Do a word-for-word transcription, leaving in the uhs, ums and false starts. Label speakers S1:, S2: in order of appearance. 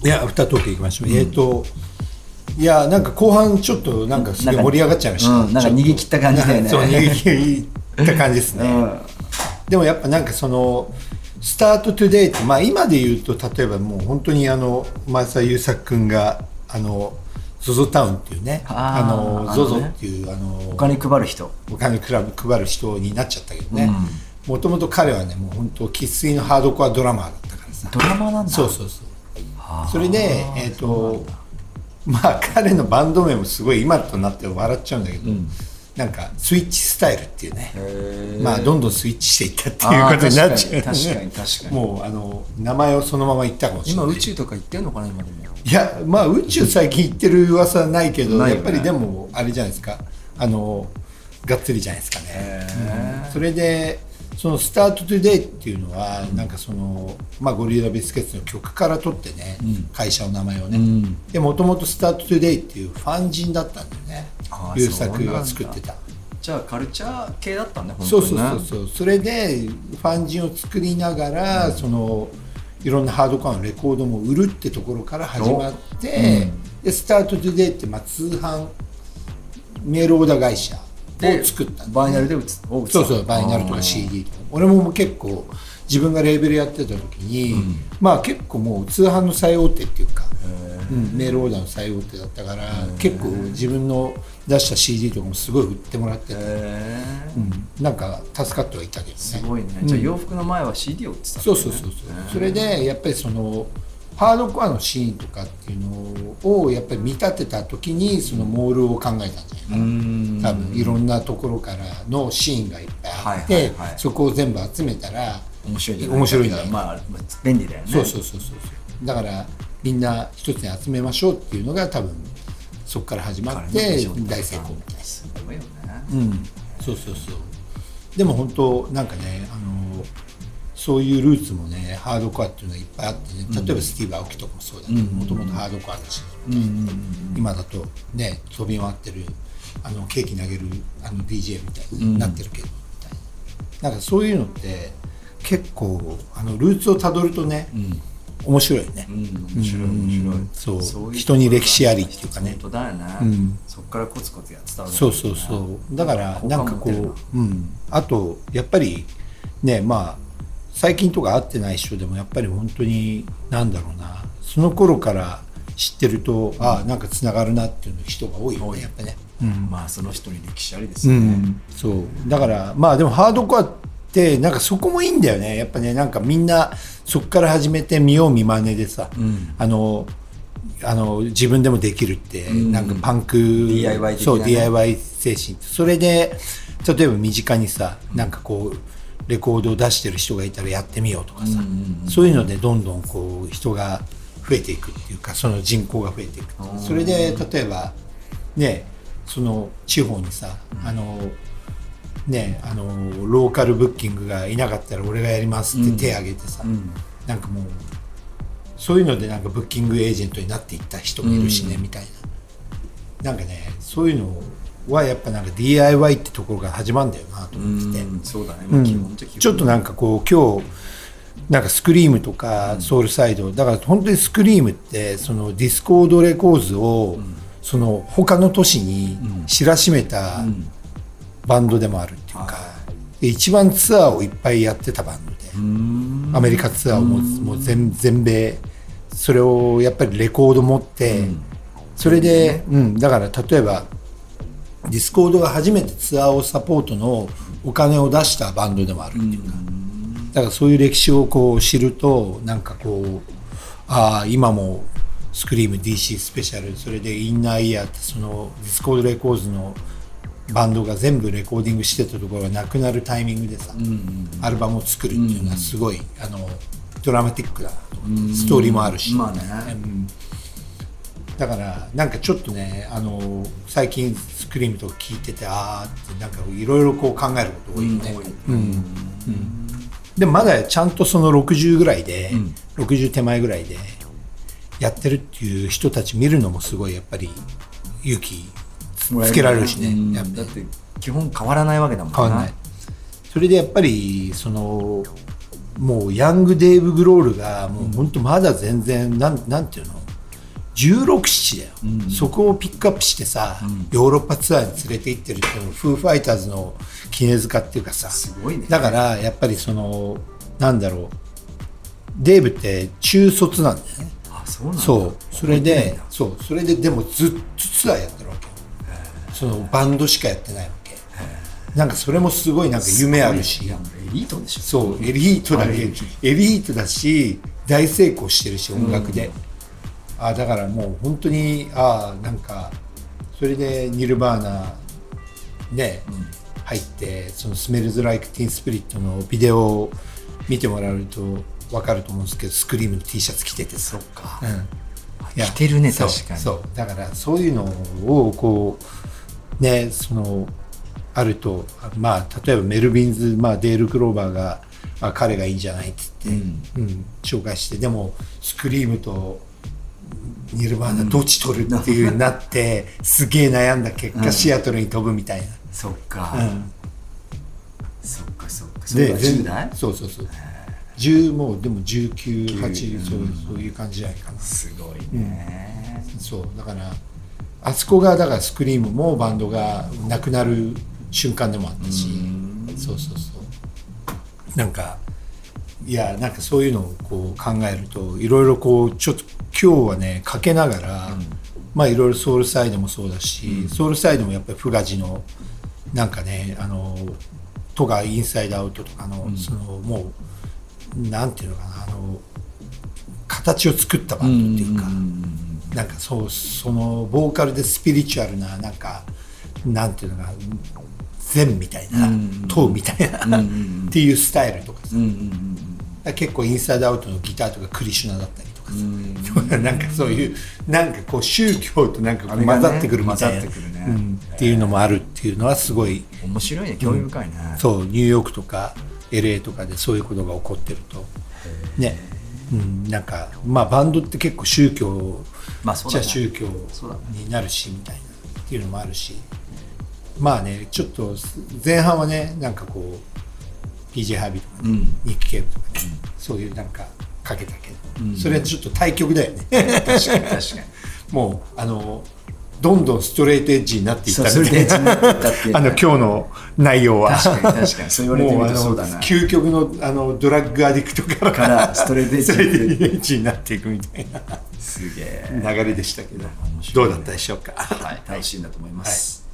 S1: いやアフタートーク行きましょう、うん、えっ、ー、といやなんか後半ちょっとなんかすげえ盛り上がっちゃいました、
S2: うん、なんか逃げ切った感じだよね
S1: そう逃げ切った感じですね、うん、でもやっぱなんかそのスタートトゥデイって、まあ、今で言うと例えばもう本当にあの前澤友作君があの ゾゾ タウンっていうねあの ゾゾ っていうあの
S2: お金配る人
S1: お金配る人になっちゃったけどね、もともと彼はねもう本当生粋のハードコアドラマーだったからさ。
S2: ドラマなんだ。
S1: そうそうそう。それでえっ、ー、とまあ彼のバンド名もすごい今となって笑っちゃうんだけど、うん、なんかスイッチスタイルっていうね、まあどんどんスイッチしていったっていうことになっちゃう、ね、
S2: 確かに確かに
S1: もうあの名前をそのまま言ったかもしれない。
S2: 今宇宙とか行ってんのかな今でも。
S1: いやまあ宇宙最近行ってる噂はないけど、ね、やっぱりでもあれじゃないですか、あのがっつりじゃないですかね、うん、それでそのスタートトゥデイっていうのは、うん、なんかその、まあ、ゴリラビスケッツの曲から取ってね、うん、会社の名前をね、うん、でもともとスタートトゥデイっていうファンジンだったんだよね、優作が作ってた。
S2: じゃあカルチャー系だったんだ、
S1: ね、そうそうそうそう。それでファンジンを作りながら、うん、そのいろんなハードコアのレコードも売るってところから始まって、うん、でスタートトゥデイってまあ通販メールオーダー会社を作ったんだ、ね、
S2: バイナルで打つ
S1: そうそうバイナルとか シーディー とか。俺も結構自分がレーベルやってた時に、うん、まあ結構もう通販の最大手っていうか、うん、メールオーダーの最大手だったから結構自分の出した シーディー とかもすごい売ってもらってて、うん、なんか助かってはいたけどね。
S2: すごいね、うん、じゃあ洋服の前は シーディー を売ってたんだね。
S1: そうそうそうそう。それでやっぱりそのハードコアのシーンとかっていうのをやっぱり見立てた時にそのモールを考えたんじゃないかな。多分いろんなところからのシーンがいっぱいあって、はいはいはい、そこを全部集めたら
S2: 面白いじゃない。
S1: 面白いんだよ。
S2: まあ便利だよね。
S1: そうそうそうそう。だからみんな一つに集めましょうっていうのが多分そこから始まって大成功みたいな。
S2: すごいよね。
S1: うん。そうそうそう。でも本当なんかね、あのそういうルーツもねハードコアっていうのがいっぱいあってね、例えばスティーブ・アオキとかもそうだけど、もともとハードコアだし、うんうんうん、今だとね飛び回ってるあのケーキ投げるあの ディージェー みたいになってるけど、うん、みたいな。なんかそういうのって結構あのルーツをたどるとね、うん面白いよね、うん、
S2: 面白い面白い、うん、
S1: そうそういう人に歴史ありっていうかね。
S2: 本当だよね、うん、そっからコツコツやってたわけだ、
S1: そうそうそうだからなんかこう、うん、あとやっぱりねまあ最近とか会ってない人でもやっぱり本当になんだろうなその頃から知ってると、うん、ああなんかつながるなっていう人が多いよねやっぱね、
S2: うん、まあその人に歴史ありですよね、うん、
S1: そうだからまあでもハードコアでなんかそこもいいんだよねやっぱね。なんかみんなそこから始めて見よう見まねでさ、うん、あのあの自分でもできるって、うん、なんかパンク ディーアイワイ 的な、ね、そう ディーアイワイ 精神。それで例えば身近にさなんかこうレコードを出してる人がいたらやってみようとかさ、うんうんうん、そういうのでどんどんこう人が増えていくっていうかその人口が増えていく。それで例えばねその地方にさあのね、あのローカルブッキングがいなかったら俺がやりますって手を挙げてさ、うん、なんかもうそういうのでなんかブッキングエージェントになっていった人もいるしね、うん、みたいな。なんかねそういうのはやっぱなんか ディーアイワイ ってところが始まるんだよなと思ってて、うん、
S2: そうだね、まあ、基本的に
S1: ちょっとなんかこう今日なんかスクリームとかソウルサイド、うん、だから本当にスクリームってそのディスコードレコーズを、うん、その他の都市に知らしめた、うんバンドでもあるっていうか、で一番ツアーをいっぱいやってたバンドでアメリカツアーをもう、もう 全, 全米それをやっぱりレコード持って、うん、それで、うん、だから例えばディスコードが初めてツアーをサポートのお金を出したバンドでもあるっていうか、だからそういう歴史をこう知るとなんかこうああ今もスクリーム ディーシー スペシャルそれでインナーイヤーってそのディスコードレコーズのバンドが全部レコーディングしてたところがなくなるタイミングでさ、うんうん、アルバムを作るっていうのはすごい、うん、あのドラマティックだなと思って、うん、ストーリーもあるし、
S2: まあねうん、
S1: だからなんかちょっとねあの最近スクリームとか聞いててあーってなんかいろいろこう考えること多いよね、うんうんうん、でもまだちゃんとそのろくじゅうぐらいで、うん、ろくじゅう手前ぐらいでやってるっていう人たち見るのもすごいやっぱり勇気つけられるしね、うん、やっぱ
S2: だって基本変わらないわけだもんね。
S1: 変わらない。それでやっぱりそのもうヤングデーブ・グロールがもう本当まだ全然なんなんていうのじゅうろく、ななだよ、うん、そこをピックアップしてさ、うん、ヨーロッパツアーに連れて行ってるっていうのフーファイターズの絹塚っていうかさ、
S2: すごいね。
S1: だからやっぱりそのなんだろう、デーブって中卒なんだよね。
S2: あ、そうなんだ。
S1: そうそれでそうそれででもずっとツアーやってるわけよ。そのバンドしかやってないわけ。なんかそれもすごいなんか夢あるし、エ
S2: リートでしょ。
S1: そうエリートだけエリートだし大成功してるし音楽で、うん、あだからもう本当にあなんかそれでニルバーナね、うん、入ってそのスメルズ・ライク・ティーン・スピリットのビデオを見てもらうと分かると思うんですけど、スクリームの T シャツ着ててさ、
S2: そっか、
S1: うん、
S2: 着てるね確かに。
S1: そうだからそういうのをこうねそのあると、まあ、例えばメルビンズ、まあ、デール・クローバーがあ彼がいいんじゃないって言って、うんうん、紹介して、でもスクリームとニルバーナどっち取るっていうになって、うん、すげえ悩んだ結果、うん、シアトルに飛ぶみたいな。
S2: そっか、うん、そっかそっか。
S1: それはじゅう代？そうそうそう、じゅうもうでもじゅうきゅう、はち、そう、そういう感じじゃないかな。す
S2: ごいね、
S1: うん、そうだからあそこがだからスクリームもバンドがなくなる瞬間でもあったし、うそうそうそうなんかいやなんかそういうのをこう考えるといろいろこうちょっと今日はねかけながら、うん、まあいろいろソウルサイドもそうだし、うん、ソウルサイドもやっぱりフガジのなんかねあのとかインサイドアウトとかの、うん、そのもうなんていうのかなあの形を作ったバンドっていうか、うん、なんかそうそのボーカルでスピリチュアルななんかなんていうのかな禅みたいな、塔みたいなっていうスタイルとかさ、うんうんうん、だ結構インサイドアウトのギターとかクリシュナだったりとかさ、うんうん、なんかそういうなんかこう宗教となんかこう混ざってくるみたいな、ねねうん、っていうのもあるっていうのはすごい
S2: 面白いね、興味深いね、
S1: うん、そうニューヨークとか エルエー とかでそういうことが起こってるとね、うん、なんかまあバンドって結構宗教、まあそうだね、じゃあ宗教になるしみたいなっていうのもあるし、まあねちょっと前半はねなんかこう ピージェー ハービーとか、ねうん、ニック・ケーブとかね、うん、そういうなんかかけたけど、うん、それはちょっと対極だよね
S2: 確かに確かに
S1: もうあのどんどんストレートエッジになっていったみたいなあの今日の内容は
S2: 確かに確かにそう言われてみるとそうだな、
S1: 究極のあのドラッグアディクトから
S2: からストレートエ
S1: ッジになっていくみたいな
S2: すげえ
S1: 流れでしたけどどうだったでしょうか。
S2: はい、楽しいんだと思います、はい。